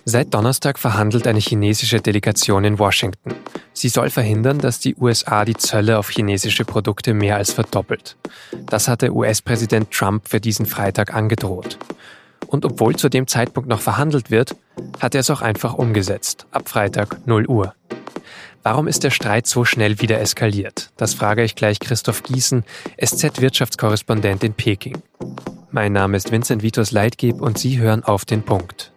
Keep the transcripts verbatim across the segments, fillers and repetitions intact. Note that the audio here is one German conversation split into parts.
Seit Donnerstag verhandelt eine chinesische Delegation in Washington. Sie soll verhindern, dass die U S A die Zölle auf chinesische Produkte mehr als verdoppelt. Das hatte U S-Präsident Trump für diesen Freitag angedroht. Und obwohl zu dem Zeitpunkt noch verhandelt wird, hat er es auch einfach umgesetzt, ab Freitag null Uhr. Warum ist der Streit so schnell wieder eskaliert? Das frage ich gleich Christoph Gießen, S Z-Wirtschaftskorrespondent in Peking. Mein Name ist Vincent Vitus Leitgeb und Sie hören auf den Punkt.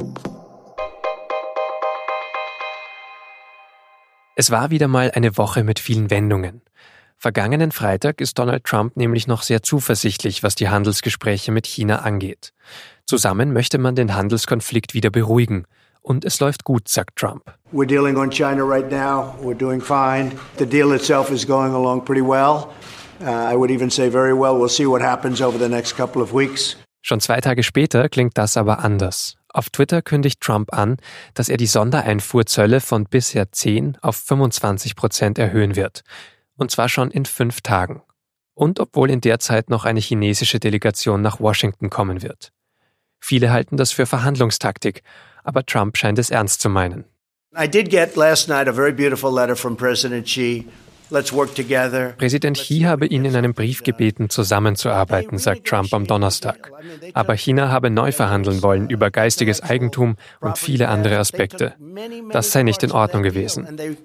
Es war wieder mal eine Woche mit vielen Wendungen. Vergangenen Freitag ist Donald Trump nämlich noch sehr zuversichtlich, was die Handelsgespräche mit China angeht. Zusammen möchte man den Handelskonflikt wieder beruhigen. Und es läuft gut, sagt Trump. We're dealing on China right now. We're doing fine. The deal itself is going along pretty well. Uh, I would even say very well. We'll see what happens over the next couple of weeks. Schon zwei Tage später klingt das aber anders. Auf Twitter kündigt Trump an, dass er die Sondereinfuhrzölle von bisher zehn auf fünfundzwanzig Prozent erhöhen wird. Und zwar schon in fünf Tagen. Und obwohl in der Zeit noch eine chinesische Delegation nach Washington kommen wird. Viele halten das für Verhandlungstaktik, aber Trump scheint es ernst zu meinen. I did get last night a very beautiful letter from President Xi. Let's work together. Präsident Xi habe ihn in einem Brief gebeten, zusammenzuarbeiten, sagt Trump am Donnerstag. Aber China habe neu verhandeln wollen über geistiges Eigentum und viele andere Aspekte. Das sei nicht in Ordnung gewesen.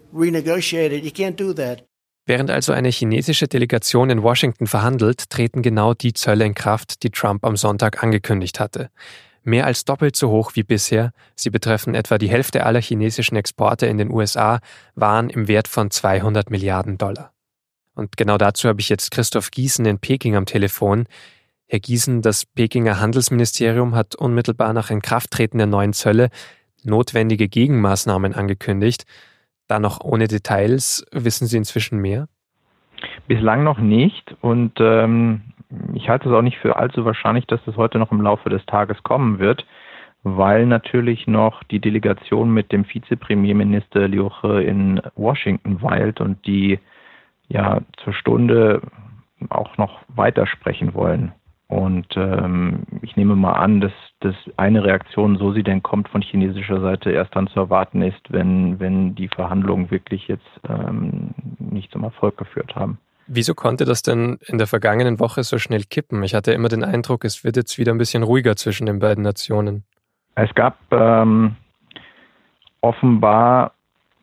Während also eine chinesische Delegation in Washington verhandelt, treten genau die Zölle in Kraft, die Trump am Sonntag angekündigt hatte. Mehr als doppelt so hoch wie bisher, sie betreffen etwa die Hälfte aller chinesischen Exporte in den U S A, waren im Wert von zweihundert Milliarden Dollar. Und genau dazu habe ich jetzt Christoph Gießen in Peking am Telefon. Herr Gießen, das Pekinger Handelsministerium hat unmittelbar nach Inkrafttreten der neuen Zölle notwendige Gegenmaßnahmen angekündigt. Da noch ohne Details, wissen Sie inzwischen mehr? Bislang noch nicht und ähm ich halte es auch nicht für allzu wahrscheinlich, dass das heute noch im Laufe des Tages kommen wird, weil natürlich noch die Delegation mit dem Vizepremierminister Liu He in Washington weilt und die ja zur Stunde auch noch weitersprechen wollen. Und ähm, ich nehme mal an, dass, dass eine Reaktion, so sie denn kommt, von chinesischer Seite erst dann zu erwarten ist, wenn, wenn die Verhandlungen wirklich jetzt ähm, nicht zum Erfolg geführt haben. Wieso konnte das denn in der vergangenen Woche so schnell kippen? Ich hatte immer den Eindruck, es wird jetzt wieder ein bisschen ruhiger zwischen den beiden Nationen. Es gab ähm, offenbar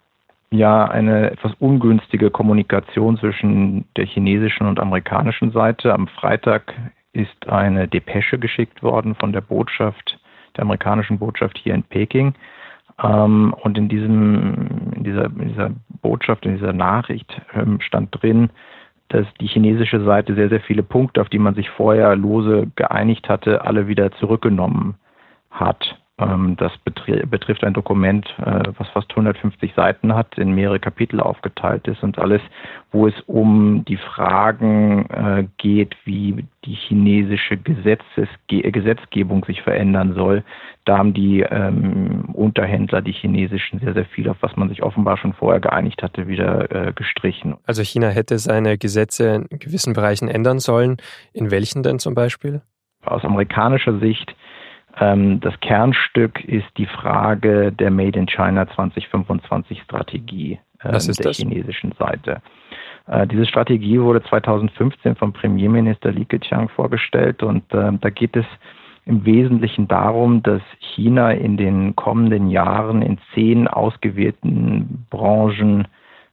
ja eine etwas ungünstige Kommunikation zwischen der chinesischen und amerikanischen Seite. Am Freitag ist eine Depesche geschickt worden von der Botschaft, der amerikanischen Botschaft hier in Peking. Ähm, und in diesem, in dieser, in dieser Botschaft, in dieser Nachricht ähm, stand drin, dass die chinesische Seite sehr, sehr viele Punkte, auf die man sich vorher lose geeinigt hatte, alle wieder zurückgenommen hat. Das betrifft ein Dokument, was fast hundertfünfzig Seiten hat, in mehrere Kapitel aufgeteilt ist und alles, wo es um die Fragen geht, wie die chinesische Gesetzes- Gesetzgebung sich verändern soll. Da haben die ähm, Unterhändler, die chinesischen, sehr, sehr viel, auf was man sich offenbar schon vorher geeinigt hatte, wieder äh, gestrichen. Also China hätte seine Gesetze in gewissen Bereichen ändern sollen. In welchen denn zum Beispiel? Aus amerikanischer Sicht ähm, das Kernstück ist die Frage der Made in China zwanzig fünfundzwanzig Strategie äh, was ist der das? chinesischen Seite. Äh, diese Strategie wurde zweitausendfünfzehn vom Premierminister Li Keqiang vorgestellt und äh, da geht es im Wesentlichen darum, dass China in den kommenden Jahren in zehn ausgewählten Branchen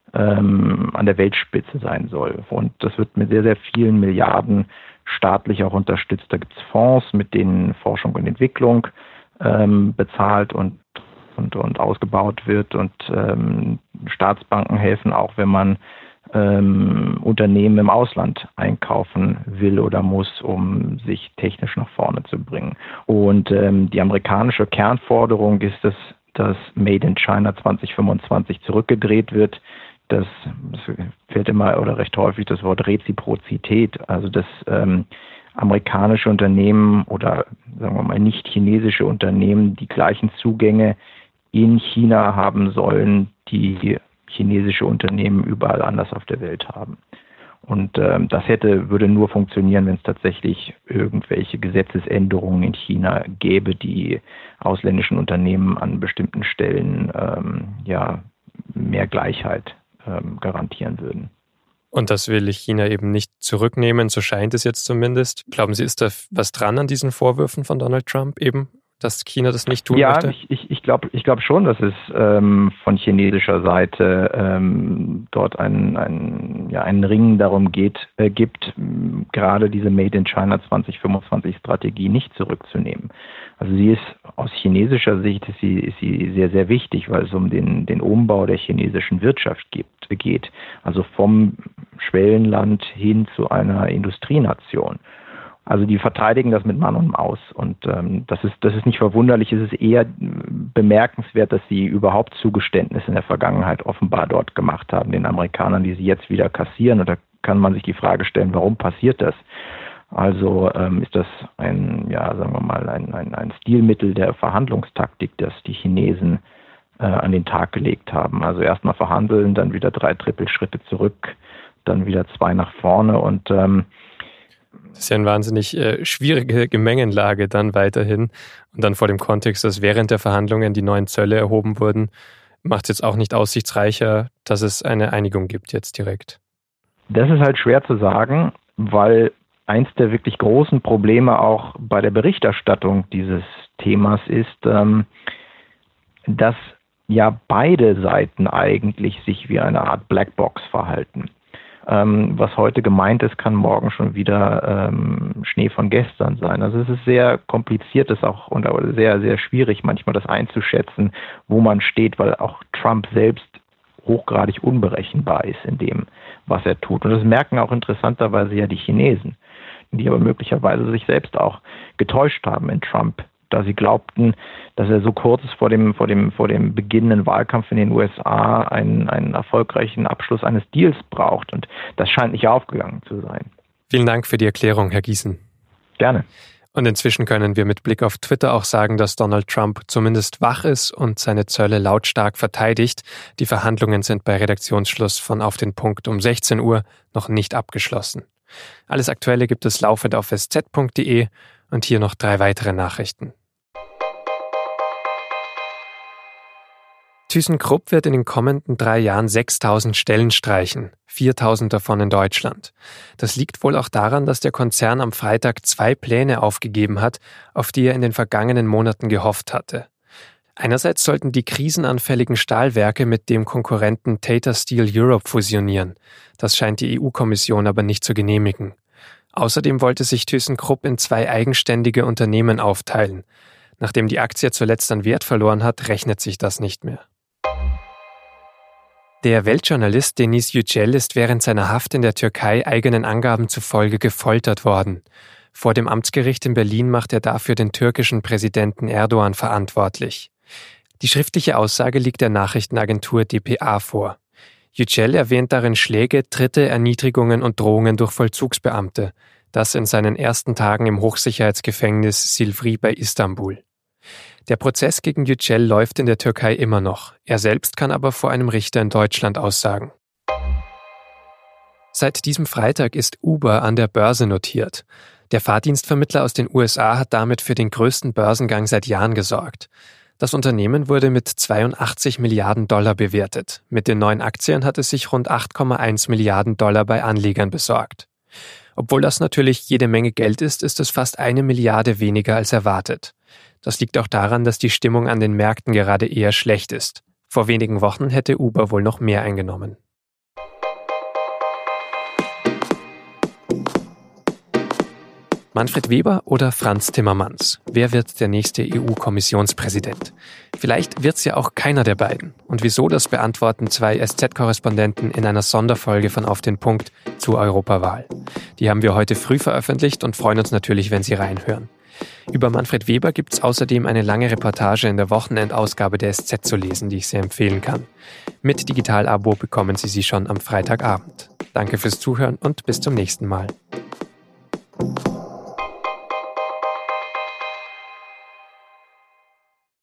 ähm, an der Weltspitze sein soll. Und das wird mit sehr, sehr vielen Milliarden staatlich auch unterstützt. Da gibt es Fonds, mit denen Forschung und Entwicklung ähm, bezahlt und, und, und ausgebaut wird. Und ähm, Staatsbanken helfen auch, wenn man Ähm, Unternehmen im Ausland einkaufen will oder muss, um sich technisch nach vorne zu bringen. Und ähm, die amerikanische Kernforderung ist, dass das Made in China zwanzig fünfundzwanzig zurückgedreht wird. Das, das fällt immer oder recht häufig das Wort Reziprozität, also dass ähm, amerikanische Unternehmen oder sagen wir mal nicht chinesische Unternehmen die gleichen Zugänge in China haben sollen, die chinesische Unternehmen überall anders auf der Welt haben. Und ähm, das hätte, würde nur funktionieren, wenn es tatsächlich irgendwelche Gesetzesänderungen in China gäbe, die ausländischen Unternehmen an bestimmten Stellen ähm, ja, mehr Gleichheit ähm, garantieren würden. Und das will China eben nicht zurücknehmen, so scheint es jetzt zumindest. Glauben Sie, ist da was dran an diesen Vorwürfen von Donald Trump eben, dass China das nicht tun ja, möchte? Ja, ich, ich, ich glaube ich glaub schon, dass es ähm, von chinesischer Seite ähm, dort einen, einen, ja, einen Ringen darum geht, äh, gibt, ähm, gerade diese Made in China zwanzig fünfundzwanzig Strategie nicht zurückzunehmen. Also sie ist aus chinesischer Sicht ist sie, ist sie sehr, sehr wichtig, weil es um den, den Umbau der chinesischen Wirtschaft gibt, geht. Also vom Schwellenland hin zu einer Industrienation. Also die verteidigen das mit Mann und Maus und ähm, das ist das ist nicht verwunderlich, es ist eher bemerkenswert, dass sie überhaupt Zugeständnisse in der Vergangenheit offenbar dort gemacht haben, den Amerikanern, die sie jetzt wieder kassieren. Und da kann man sich die Frage stellen, warum passiert das? Also ähm, ist das ein, ja, sagen wir mal, ein, ein, ein Stilmittel der Verhandlungstaktik, das die Chinesen äh, an den Tag gelegt haben. Also erstmal verhandeln, dann wieder drei Trippelschritte zurück, dann wieder zwei nach vorne und ähm, das ist ja eine wahnsinnig äh, schwierige Gemengenlage dann weiterhin. Und dann vor dem Kontext, dass während der Verhandlungen die neuen Zölle erhoben wurden, macht es jetzt auch nicht aussichtsreicher, dass es eine Einigung gibt jetzt direkt. Das ist halt schwer zu sagen, weil eins der wirklich großen Probleme auch bei der Berichterstattung dieses Themas ist, ähm, dass ja beide Seiten eigentlich sich wie eine Art Blackbox verhalten. Ähm, was heute gemeint ist, kann morgen schon wieder ähm, Schnee von gestern sein. Also es ist sehr kompliziert, ist auch und sehr, sehr schwierig, manchmal das einzuschätzen, wo man steht, weil auch Trump selbst hochgradig unberechenbar ist in dem, was er tut. Und das merken auch interessanterweise ja die Chinesen, die aber möglicherweise sich selbst auch getäuscht haben in Trump, da sie glaubten, dass er so kurz vor dem, vor dem, vor dem beginnenden Wahlkampf in den U S A einen, einen erfolgreichen Abschluss eines Deals braucht. Und das scheint nicht aufgegangen zu sein. Vielen Dank für die Erklärung, Herr Giesen. Gerne. Und inzwischen können wir mit Blick auf Twitter auch sagen, dass Donald Trump zumindest wach ist und seine Zölle lautstark verteidigt. Die Verhandlungen sind bei Redaktionsschluss von Auf den Punkt um sechzehn Uhr noch nicht abgeschlossen. Alles Aktuelle gibt es laufend auf s z punkt d e und hier noch drei weitere Nachrichten. ThyssenKrupp wird in den kommenden drei Jahren sechstausend Stellen streichen, viertausend davon in Deutschland. Das liegt wohl auch daran, dass der Konzern am Freitag zwei Pläne aufgegeben hat, auf die er in den vergangenen Monaten gehofft hatte. Einerseits sollten die krisenanfälligen Stahlwerke mit dem Konkurrenten Tata Steel Europe fusionieren. Das scheint die E U-Kommission aber nicht zu genehmigen. Außerdem wollte sich ThyssenKrupp in zwei eigenständige Unternehmen aufteilen. Nachdem die Aktie zuletzt an Wert verloren hat, rechnet sich das nicht mehr. Der Weltjournalist Deniz Yücel ist während seiner Haft in der Türkei eigenen Angaben zufolge gefoltert worden. Vor dem Amtsgericht in Berlin macht er dafür den türkischen Präsidenten Erdogan verantwortlich. Die schriftliche Aussage liegt der Nachrichtenagentur d p a vor. Yücel erwähnt darin Schläge, Tritte, Erniedrigungen und Drohungen durch Vollzugsbeamte. Das in seinen ersten Tagen im Hochsicherheitsgefängnis Silivri bei Istanbul. Der Prozess gegen Yücel läuft in der Türkei immer noch. Er selbst kann aber vor einem Richter in Deutschland aussagen. Seit diesem Freitag ist Uber an der Börse notiert. Der Fahrdienstvermittler aus den U S A hat damit für den größten Börsengang seit Jahren gesorgt. Das Unternehmen wurde mit zweiundachtzig Milliarden Dollar bewertet. Mit den neuen Aktien hat es sich rund acht Komma eins Milliarden Dollar bei Anlegern besorgt. Obwohl das natürlich jede Menge Geld ist, ist es fast eine Milliarde weniger als erwartet. Das liegt auch daran, dass die Stimmung an den Märkten gerade eher schlecht ist. Vor wenigen Wochen hätte Uber wohl noch mehr eingenommen. Manfred Weber oder Frans Timmermans? Wer wird der nächste E U-Kommissionspräsident? Vielleicht wird's ja auch keiner der beiden. Und wieso, das beantworten zwei S Z-Korrespondenten in einer Sonderfolge von Auf den Punkt zur Europawahl. Die haben wir heute früh veröffentlicht und freuen uns natürlich, wenn Sie reinhören. Über Manfred Weber gibt's außerdem eine lange Reportage in der Wochenendausgabe der S Z zu lesen, die ich sehr empfehlen kann. Mit Digital-Abo bekommen Sie sie schon am Freitagabend. Danke fürs Zuhören und bis zum nächsten Mal.